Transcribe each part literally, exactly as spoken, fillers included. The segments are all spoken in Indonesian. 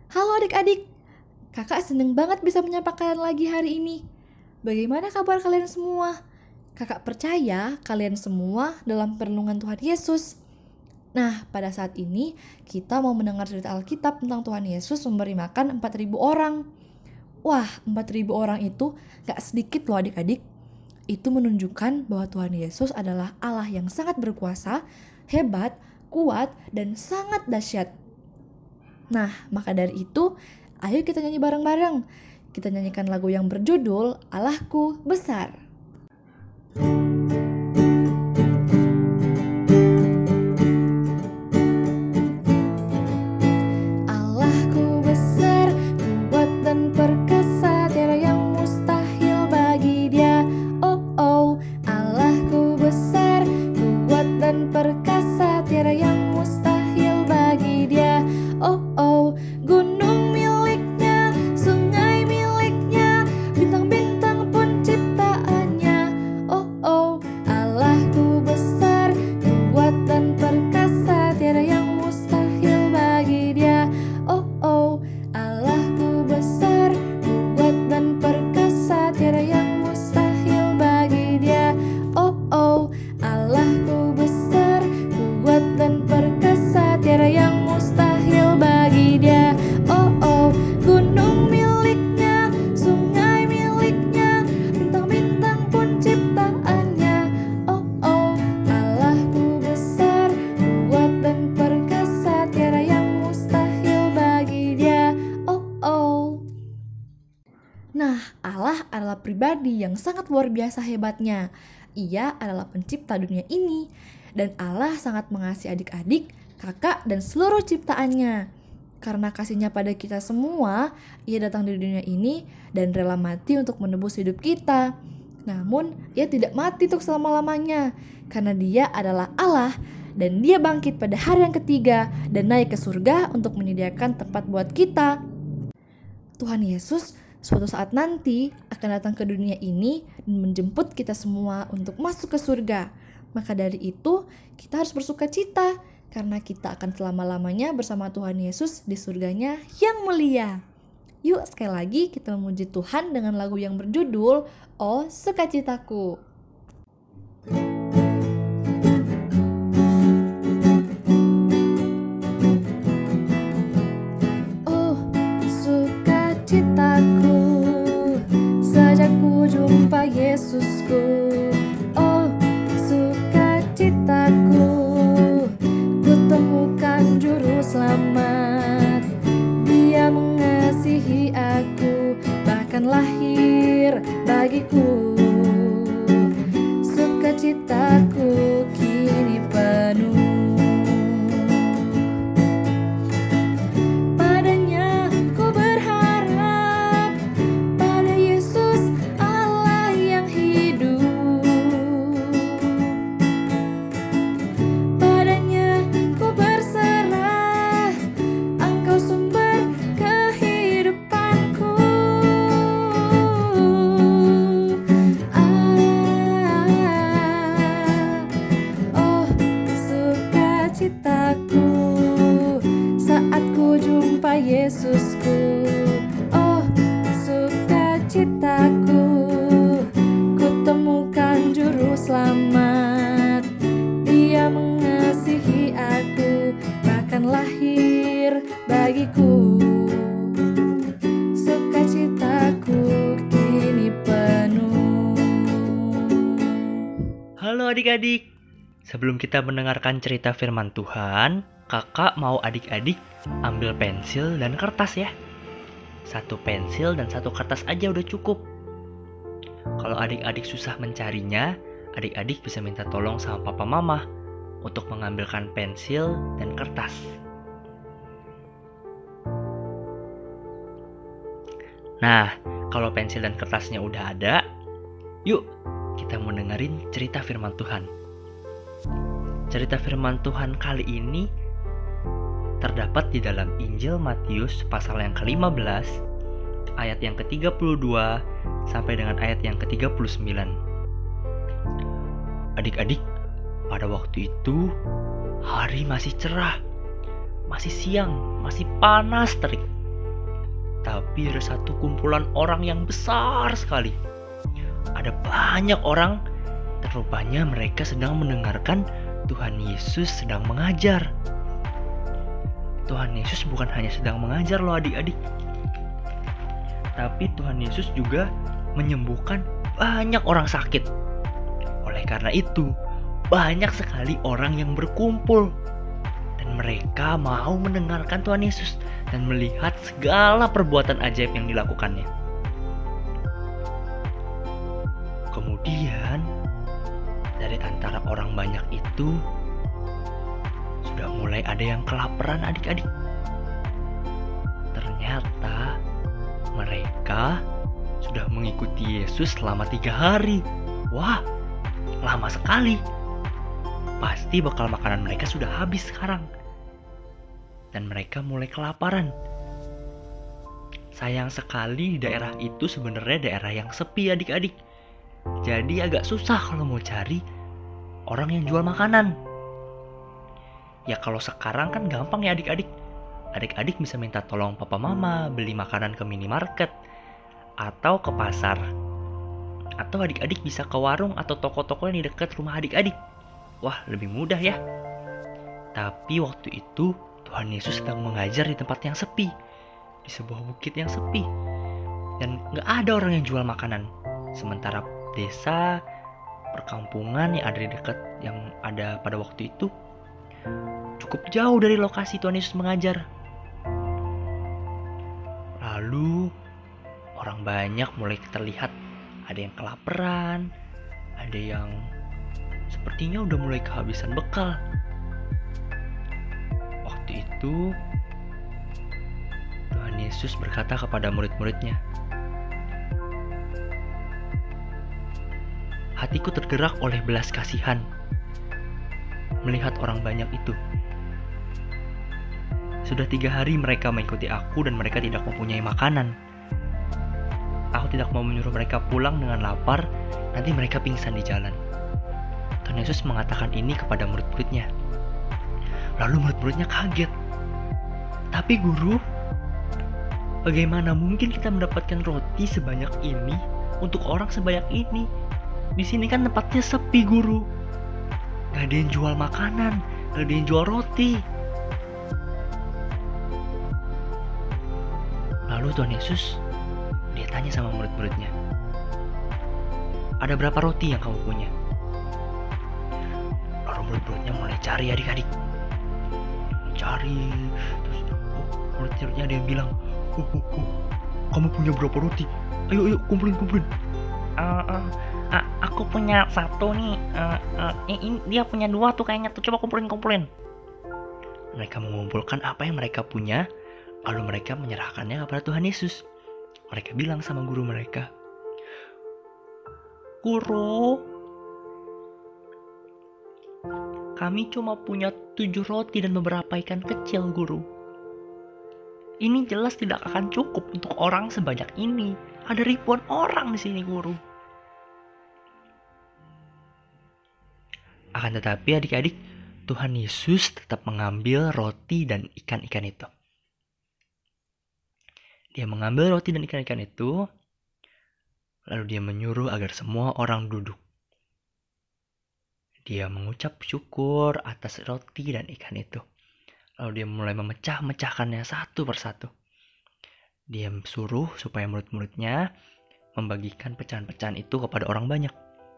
Halo adik-adik, kakak seneng banget bisa menyapa kalian lagi hari ini. Bagaimana kabar kalian semua? Kakak percaya kalian semua dalam perlindungan Tuhan Yesus. Nah, pada saat ini kita mau mendengar cerita Alkitab tentang Tuhan Yesus memberi makan empat ribu orang. Wah, empat ribu orang itu gak sedikit loh adik-adik. Itu menunjukkan bahwa Tuhan Yesus adalah Allah yang sangat berkuasa, hebat, kuat, dan sangat dahsyat. Nah, maka dari itu, ayo kita nyanyi bareng-bareng. Kita nyanyikan lagu yang berjudul Allahku Besar. Allahku besar, kuat dan perkasa, tiada yang mustahil bagi Dia. Oh oh, Allahku besar, kuat dan perkasa, tiada yang mustahil bagi Dia. Oh oh, gunung miliknya, sungai miliknya, bintang-bintang pun ciptaannya. Oh oh, Allahku besar, kuat dan perkasa, tiada yang mustahil bagi Dia. Oh oh, Allahku besar, kuat dan perkasa, tiada yang mustahil bagi Dia. Oh oh, Allahku besar, kuat dan perkasa, tiada yang mustahil bagi Dia. Oh oh, gunung miliknya, sungai miliknya, bintang-bintang pun ciptaannya. Oh oh, Allahku besar, kuat dan perkasa, tiada yang mustahil bagi Dia. Oh oh. Nah, Allah adalah pribadi yang sangat luar biasa hebatnya. Ia adalah pencipta dunia ini, dan Allah sangat mengasihi adik-adik, kakak, dan seluruh ciptaannya. Karena kasihnya pada kita semua, Ia datang di dunia ini dan rela mati untuk menebus hidup kita. Namun, Ia tidak mati untuk selama-lamanya, karena Dia adalah Allah, dan Dia bangkit pada hari yang ketiga dan naik ke surga untuk menyediakan tempat buat kita. Tuhan Yesus suatu saat nanti akan datang ke dunia ini dan menjemput kita semua untuk masuk ke surga. Maka dari itu, kita harus bersuka cita karena kita akan selama-lamanya bersama Tuhan Yesus di surganya yang mulia. Yuk sekali lagi kita memuji Tuhan dengan lagu yang berjudul Oh Sukacitaku. Oh sukacitaku, sejak ku jumpa Yesusku. Oh sukacitaku, ku temukan juru selamat. Dia mengasihi aku, bahkan lahir bagiku. Sukacitaku kini penuh. Padanya ku berharap, pada Yesus Allah yang hidup. Padanya ku berserah, Engkau sumber kehidupanku. Ah, oh sukacitaku, saat ku jumpa Yesusku. Oh sukacitaku, ku temukan juru selamat. Dia mengasihi aku, bahkan lahir bagiku. Sukacitaku kini penuh. Halo adik-adik, sebelum kita mendengarkan cerita firman Tuhan, kakak mau adik-adik ambil pensil dan kertas ya. Satu pensil dan satu kertas aja udah cukup. Kalau adik-adik susah mencarinya, adik-adik bisa minta tolong sama papa mama untuk mengambilkan pensil dan kertas. Nah, kalau pensil dan kertasnya udah ada, yuk kita mau dengerin cerita firman Tuhan. Cerita firman Tuhan kali ini terdapat di dalam Injil Matius pasal yang ke lima belas, ayat yang ke tiga puluh dua sampai dengan ayat yang ke tiga puluh sembilan. Adik-adik, pada waktu itu hari masih cerah, masih siang, masih panas terik. Tapi ada satu kumpulan orang yang besar sekali. Ada banyak orang, dan rupanya mereka sedang mendengarkan Tuhan Yesus sedang mengajar. Tuhan Yesus bukan hanya sedang mengajar loh adik-adik, tapi Tuhan Yesus juga menyembuhkan banyak orang sakit. Oleh karena itu, banyak sekali orang yang berkumpul, dan mereka mau mendengarkan Tuhan Yesus dan melihat segala perbuatan ajaib yang dilakukannya. Kemudian, dari antara orang banyak itu, sudah mulai ada yang kelaparan adik-adik. Ternyata mereka sudah mengikuti Yesus selama tiga hari. Wah, lama sekali. Pasti bekal makanan mereka sudah habis sekarang. Dan mereka mulai kelaparan. Sayang sekali daerah itu sebenarnya daerah yang sepi adik-adik. Jadi agak susah kalau mau cari orang yang jual makanan. Ya kalau sekarang kan gampang ya adik-adik. Adik-adik bisa minta tolong papa mama beli makanan ke minimarket atau ke pasar. Atau adik-adik bisa ke warung atau toko-toko yang di dekat rumah adik-adik. Wah, lebih mudah ya. Tapi waktu itu Tuhan Yesus sedang mengajar di tempat yang sepi, di sebuah bukit yang sepi, dan gak ada orang yang jual makanan. Sementara desa, perkampungan yang ada di dekat yang ada pada waktu itu cukup jauh dari lokasi Tuhan Yesus mengajar. Lalu orang banyak mulai terlihat, ada yang kelaparan, ada yang sepertinya udah mulai kehabisan bekal. Waktu itu Tuhan Yesus berkata kepada murid-muridnya, "Hatiku tergerak oleh belas kasihan melihat orang banyak itu. Sudah tiga hari mereka mengikuti aku dan mereka tidak mempunyai makanan. Aku tidak mau menyuruh mereka pulang dengan lapar, nanti mereka pingsan di jalan." Tuhan Yesus mengatakan ini kepada murid-muridnya. Lalu murid-muridnya kaget. "Tapi guru, bagaimana mungkin kita mendapatkan roti sebanyak ini untuk orang sebanyak ini? Di sini kan tempatnya sepi, guru. Gak ada yang jual makanan, gak ada yang jual roti." Lalu Tuhan Yesus, dia tanya sama murid-muridnya, "Ada berapa roti yang kamu punya?" Lalu murid-muridnya mulai cari adik-adik. Cari, terus oh, murid-muridnya ada yang bilang, oh, oh, oh, "Kamu punya berapa roti? Ayo, ayo, kumpulin, kumpulin." Uh, uh, uh, aku punya satu nih. Uh, uh, ini dia punya dua tuh kayaknya tuh. Coba kumpulin, kumpulin. Mereka mengumpulkan apa yang mereka punya, lalu mereka menyerahkannya kepada Tuhan Yesus. Mereka bilang sama guru mereka, "Guru, kami cuma punya tujuh roti dan beberapa ikan kecil, guru. Ini jelas tidak akan cukup untuk orang sebanyak ini. Ada ribuan orang di sini, guru." Akan tetapi adik-adik, Tuhan Yesus tetap mengambil roti dan ikan-ikan itu. Dia mengambil roti dan ikan-ikan itu, lalu dia menyuruh agar semua orang duduk. Dia mengucap syukur atas roti dan ikan itu. Lalu dia mulai memecah-mecahkannya satu persatu. Dia suruh supaya murid-muridnya membagikan pecahan-pecahan itu kepada orang banyak.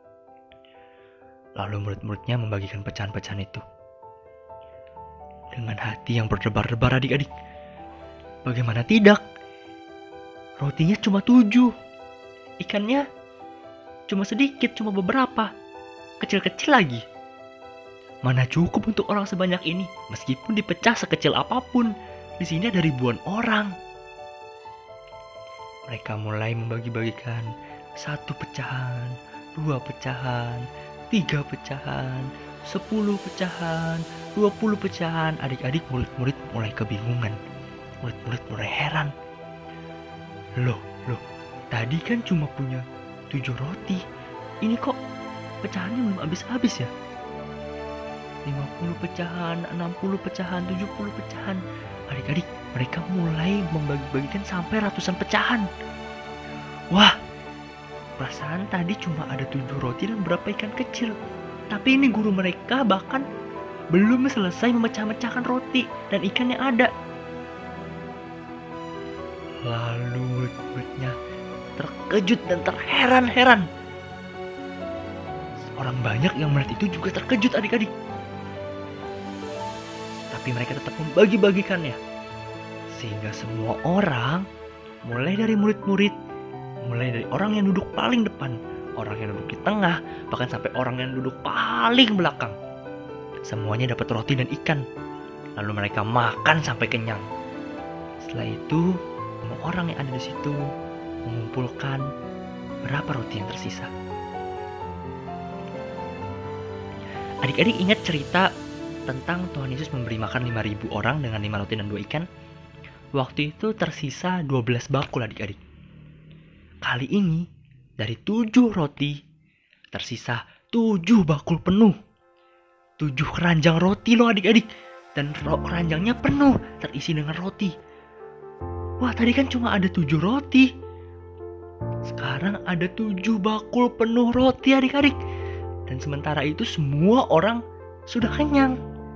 Lalu murid-muridnya membagikan pecahan-pecahan itu. Dengan hati yang berdebar-debar adik-adik. Bagaimana tidak? Rotinya cuma tujuh. Ikannya cuma sedikit, cuma beberapa. Kecil-kecil lagi. Mana cukup untuk orang sebanyak ini, meskipun dipecah sekecil apapun. Di sini ada ribuan orang. Mereka mulai membagi-bagikan satu pecahan, dua pecahan, tiga pecahan, sepuluh pecahan, dua puluh pecahan. Adik-adik, murid-murid mulai kebingungan. Murid-murid mulai heran. Loh, loh, tadi kan cuma punya tujuh roti. Ini kok pecahannya belum habis-habis ya? lima puluh pecahan, enam puluh pecahan, tujuh puluh pecahan. Adik-adik, mereka mulai membagi-bagikan sampai ratusan pecahan. Wah, perasaan tadi cuma ada tujuh roti dan berapa ikan kecil. Tapi ini guru mereka bahkan belum selesai memecah-mecahkan roti dan ikan yang ada. Lalu murid-muridnya terkejut dan terheran-heran. Orang banyak yang melihat itu juga terkejut adik-adik. Tapi mereka tetap membagi-bagikannya. Sehingga semua orang, mulai dari murid-murid, mulai dari orang yang duduk paling depan, orang yang duduk di tengah, bahkan sampai orang yang duduk paling belakang, semuanya dapat roti dan ikan. Lalu mereka makan sampai kenyang. Setelah itu, semua orang yang ada di situ mengumpulkan berapa roti yang tersisa. Adik-adik ingat cerita tentang Tuhan Yesus memberi makan lima ribu orang dengan lima roti dan dua ikan? Waktu itu tersisa dua belas bakul adik-adik. Kali ini dari tujuh roti tersisa tujuh bakul penuh. tujuh keranjang roti loh adik-adik. Dan keranjangnya penuh terisi dengan roti. Wah, tadi kan cuma ada tujuh roti. Sekarang ada tujuh bakul penuh roti adik-adik. Dan sementara itu semua orang sudah kenyang.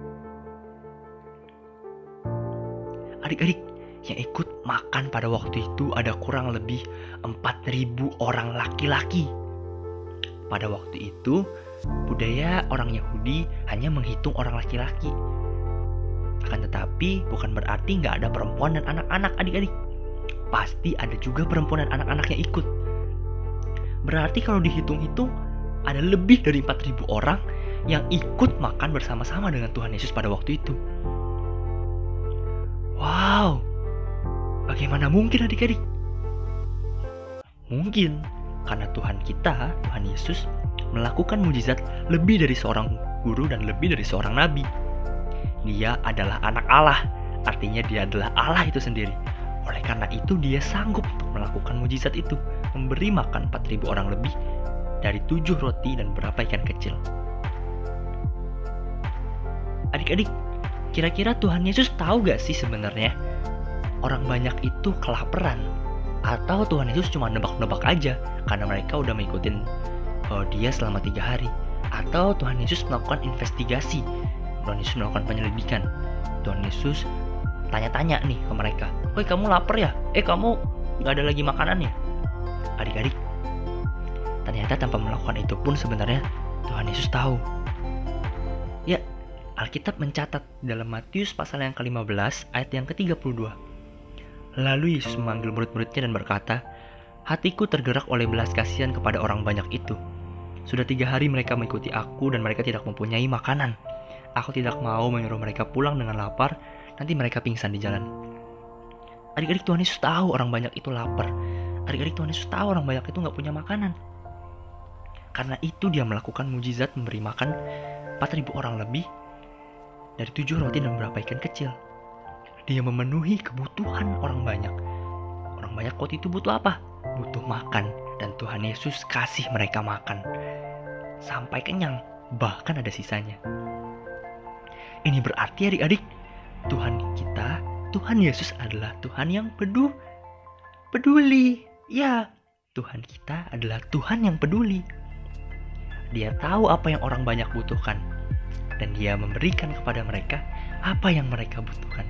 Adik-adik yang ikut makan pada waktu itu ada kurang lebih empat ribu orang laki-laki. Pada waktu itu budaya orang Yahudi hanya menghitung orang laki-laki. Akan tetapi bukan berarti nggak ada perempuan dan anak-anak adik-adik. Pasti ada juga perempuan dan anak-anak yang ikut. Berarti kalau dihitung-hitung ada lebih dari empat ribu orang yang ikut makan bersama-sama dengan Tuhan Yesus pada waktu itu. Wow, bagaimana mungkin adik-adik? Mungkin karena Tuhan kita, Tuhan Yesus, melakukan mujizat lebih dari seorang guru dan lebih dari seorang nabi. Dia adalah anak Allah, artinya dia adalah Allah itu sendiri. Oleh karena itu dia sanggup untuk melakukan mujizat itu, memberi makan empat ribu orang lebih dari tujuh roti dan berapa ikan kecil. Adik-adik, kira-kira Tuhan Yesus tahu gak sih sebenarnya orang banyak itu kelaparan? Atau Tuhan Yesus cuma nebak-nebak aja karena mereka udah mengikutin uh, dia selama tiga hari? Atau Tuhan Yesus melakukan investigasi, Tuhan Yesus melakukan penyelidikan, Tuhan Yesus tanya-tanya nih ke mereka, "Woi, kamu lapar ya? Eh, kamu gak ada lagi makanan ya?" Adik-adik, ternyata tanpa melakukan itu pun sebenarnya Tuhan Yesus tahu. Ya, Alkitab mencatat dalam Matius pasal yang ke lima belas ayat yang ke tiga puluh dua. Lalu Yesus memanggil murid-muridnya dan berkata, "Hatiku tergerak oleh belas kasihan kepada orang banyak itu. Sudah tiga hari mereka mengikuti aku dan mereka tidak mempunyai makanan. Aku tidak mau menyuruh mereka pulang dengan lapar, nanti mereka pingsan di jalan." Adik-adik, Tuhan Yesus tahu orang banyak itu lapar. Adik-adik, Tuhan Yesus tahu orang banyak itu gak punya makanan. Karena itu dia melakukan mujizat memberi makan empat ribu orang lebih dari tujuh roti dan beberapa ikan kecil. Dia memenuhi kebutuhan orang banyak. Orang banyak waktu itu butuh apa? Butuh makan. Dan Tuhan Yesus kasih mereka makan sampai kenyang, bahkan ada sisanya. Ini berarti adik-adik, Tuhan kita, Tuhan Yesus adalah Tuhan yang pedu, peduli. Ya, Tuhan kita adalah Tuhan yang peduli. Dia tahu apa yang orang banyak butuhkan, dan dia memberikan kepada mereka apa yang mereka butuhkan.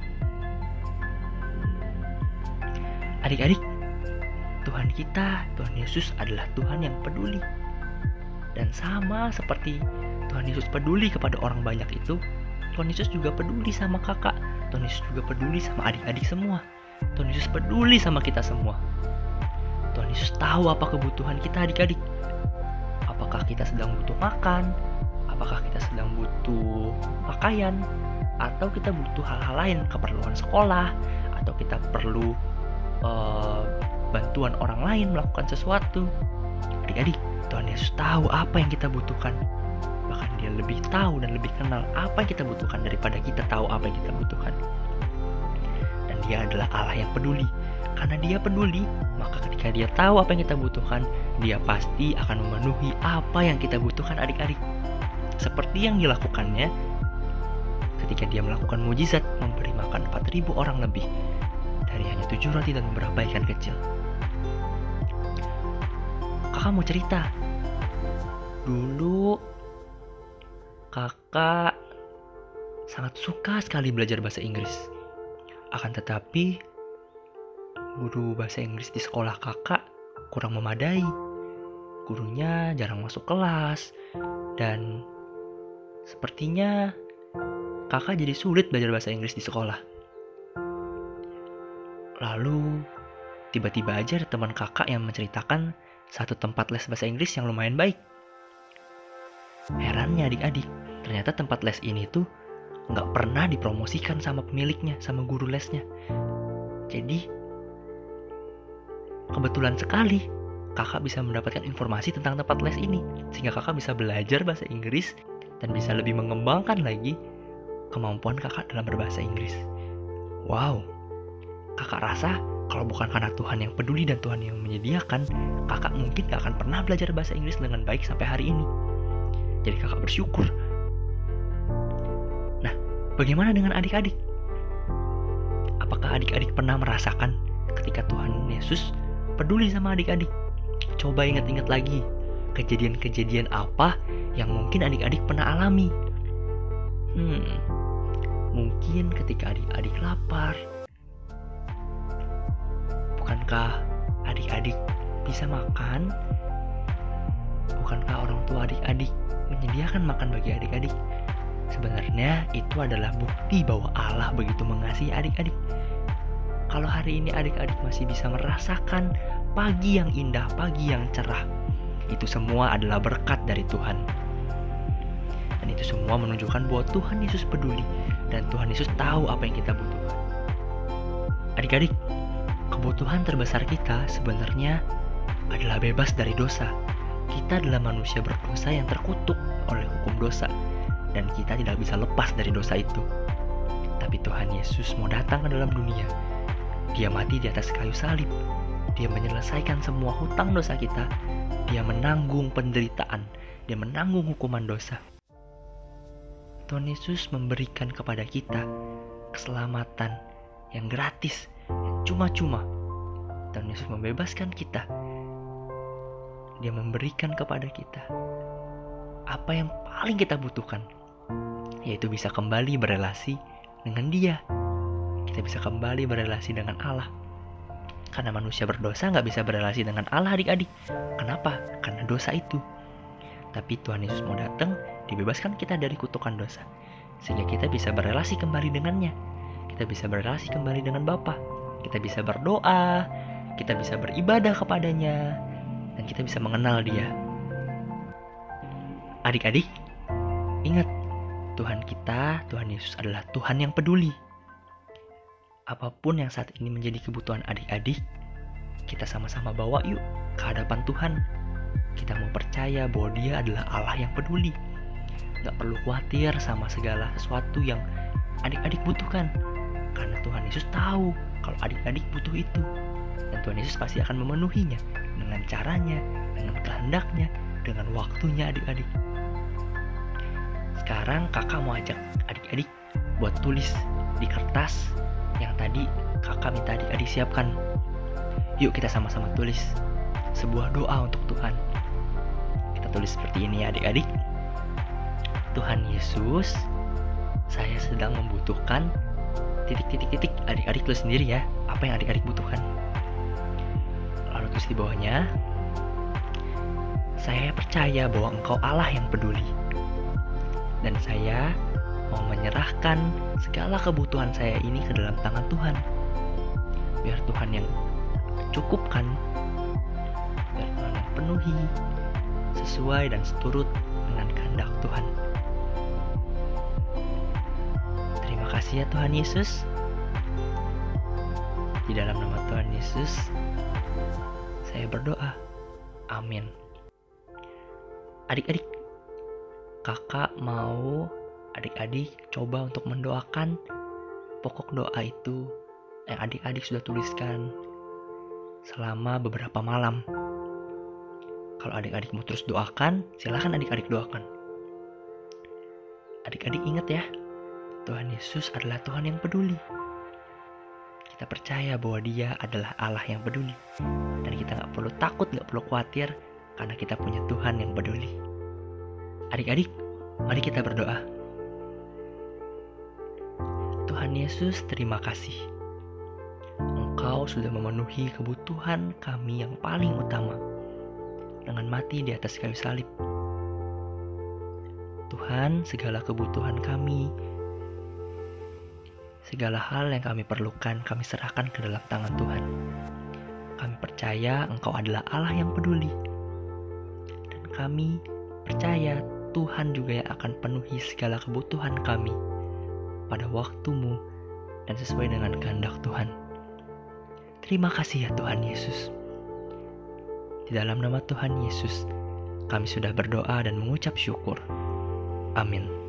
Adik-adik, Tuhan kita, Tuhan Yesus adalah Tuhan yang peduli. Dan sama seperti Tuhan Yesus peduli kepada orang banyak itu, Tuhan Yesus juga peduli sama kakak, Tuhan Yesus juga peduli sama adik-adik semua. Tuhan Yesus peduli sama kita semua. Tuhan Yesus tahu apa kebutuhan kita adik-adik. Apakah kita sedang butuh makan? Apakah kita sedang butuh pakaian? Atau kita butuh hal-hal lain, keperluan sekolah? Atau kita perlu uh, bantuan orang lain melakukan sesuatu? Adik-adik, Tuhan Yesus tahu apa yang kita butuhkan. Bahkan dia lebih tahu dan lebih kenal apa yang kita butuhkan daripada kita tahu apa yang kita butuhkan. Dan dia adalah Allah yang peduli. Karena dia peduli, maka ketika dia tahu apa yang kita butuhkan, dia pasti akan memenuhi apa yang kita butuhkan adik-adik. Seperti yang dilakukannya ketika dia melakukan mujizat memberi makan empat ribu orang lebih dari hanya tujuh roti dan beberapa ikan kecil. Kakak mau cerita. Dulu kakak sangat suka sekali belajar bahasa Inggris. Akan tetapi guru bahasa Inggris di sekolah kakak kurang memadai. Gurunya jarang masuk kelas dan sepertinya kakak jadi sulit belajar bahasa Inggris di sekolah. Lalu tiba-tiba aja ada teman kakak yang menceritakan satu tempat les bahasa Inggris yang lumayan baik. Herannya adik-adik, ternyata tempat les ini tuh nggak pernah dipromosikan sama pemiliknya, sama guru lesnya. Jadi kebetulan sekali kakak bisa mendapatkan informasi tentang tempat les ini, sehingga kakak bisa belajar bahasa Inggris dan bisa lebih mengembangkan lagi kemampuan kakak dalam berbahasa Inggris. Wow, kakak rasa kalau bukan karena Tuhan yang peduli dan Tuhan yang menyediakan, kakak mungkin gak akan pernah belajar bahasa Inggris dengan baik sampai hari ini. Jadi kakak bersyukur. Nah, bagaimana dengan adik-adik? Apakah adik-adik pernah merasakan ketika Tuhan Yesus peduli sama adik-adik? Coba ingat-ingat lagi kejadian-kejadian apa yang mungkin adik-adik pernah alami. Hmm, mungkin ketika adik-adik lapar. Bukankah adik-adik bisa makan? Bukankah orang tua adik-adik menyediakan makan bagi adik-adik? Sebenarnya itu adalah bukti bahwa Allah begitu mengasihi adik-adik. Kalau hari ini adik-adik masih bisa merasakan pagi yang indah, pagi yang cerah, itu semua adalah berkat dari Tuhan. Dan itu semua menunjukkan bahwa Tuhan Yesus peduli dan Tuhan Yesus tahu apa yang kita butuhkan. Adik-adik, kebutuhan terbesar kita sebenarnya adalah bebas dari dosa. Kita adalah manusia berdosa yang terkutuk oleh hukum dosa, dan kita tidak bisa lepas dari dosa itu. Tapi Tuhan Yesus mau datang ke dalam dunia. Dia mati di atas kayu salib. Dia menyelesaikan semua hutang dosa kita. Dia menanggung penderitaan. Dia menanggung hukuman dosa. Tuhan Yesus memberikan kepada kita keselamatan yang gratis, yang cuma-cuma. Tuhan Yesus membebaskan kita. Dia memberikan kepada kita apa yang paling kita butuhkan, yaitu bisa kembali berelasi dengan Dia. Kita bisa kembali berelasi dengan Allah. Karena manusia berdosa gak bisa berelasi dengan Allah, adik-adik. Kenapa? Karena dosa itu. Tapi Tuhan Yesus mau datang, dibebaskan kita dari kutukan dosa, sehingga kita bisa berelasi kembali dengannya. Kita bisa berelasi kembali dengan Bapa. Kita bisa berdoa, kita bisa beribadah kepadanya, dan kita bisa mengenal Dia. Adik-adik, ingat, Tuhan kita, Tuhan Yesus adalah Tuhan yang peduli. Apapun yang saat ini menjadi kebutuhan adik-adik, kita sama-sama bawa yuk ke hadapan Tuhan. Kita mau percaya bahwa Dia adalah Allah yang peduli. Gak perlu khawatir sama segala sesuatu yang adik-adik butuhkan, karena Tuhan Yesus tahu kalau adik-adik butuh itu. Dan Tuhan Yesus pasti akan memenuhinya dengan caranya, dengan kehendaknya, dengan waktunya, adik-adik. Sekarang kakak mau ajak adik-adik buat tulis di kertas yang tadi kakak minta adik-adik siapkan. Yuk kita sama-sama tulis sebuah doa untuk Tuhan. Kita tulis seperti ini ya adik-adik. Tuhan Yesus, saya sedang membutuhkan titik-titik-titik. Adik-adik tulis sendiri ya, apa yang adik-adik butuhkan. Lalu tulis di bawahnya, saya percaya bahwa Engkau Allah yang peduli, dan saya mau menyerahkan segala kebutuhan saya ini ke dalam tangan Tuhan. Biar Tuhan yang cukupkan, biar Tuhan yang penuhi sesuai dan seturut dengan kehendak Tuhan. Terima kasih ya Tuhan Yesus. Di dalam nama Tuhan Yesus saya berdoa. Amin. Adik-adik, kakak mau adik-adik coba untuk mendoakan pokok doa itu yang adik-adik sudah tuliskan selama beberapa malam. Kalau adik-adik mau terus doakan, silakan adik-adik doakan. Adik-adik ingat ya, Tuhan Yesus adalah Tuhan yang peduli. Kita percaya bahwa Dia adalah Allah yang peduli. Dan kita gak perlu takut, gak perlu khawatir, karena kita punya Tuhan yang peduli. Adik-adik, mari kita berdoa. Tuhan Yesus, terima kasih. Engkau sudah memenuhi kebutuhan kami yang paling utama dengan mati di atas kayu salib. Tuhan, segala kebutuhan kami, segala hal yang kami perlukan, kami serahkan ke dalam tangan Tuhan. Kami percaya Engkau adalah Allah yang peduli. Dan kami percaya Tuhan juga yang akan penuhi segala kebutuhan kami pada waktumu dan sesuai dengan kehendak Tuhan. Terima kasih ya Tuhan Yesus. Di dalam nama Tuhan Yesus, kami sudah berdoa dan mengucap syukur. Amin.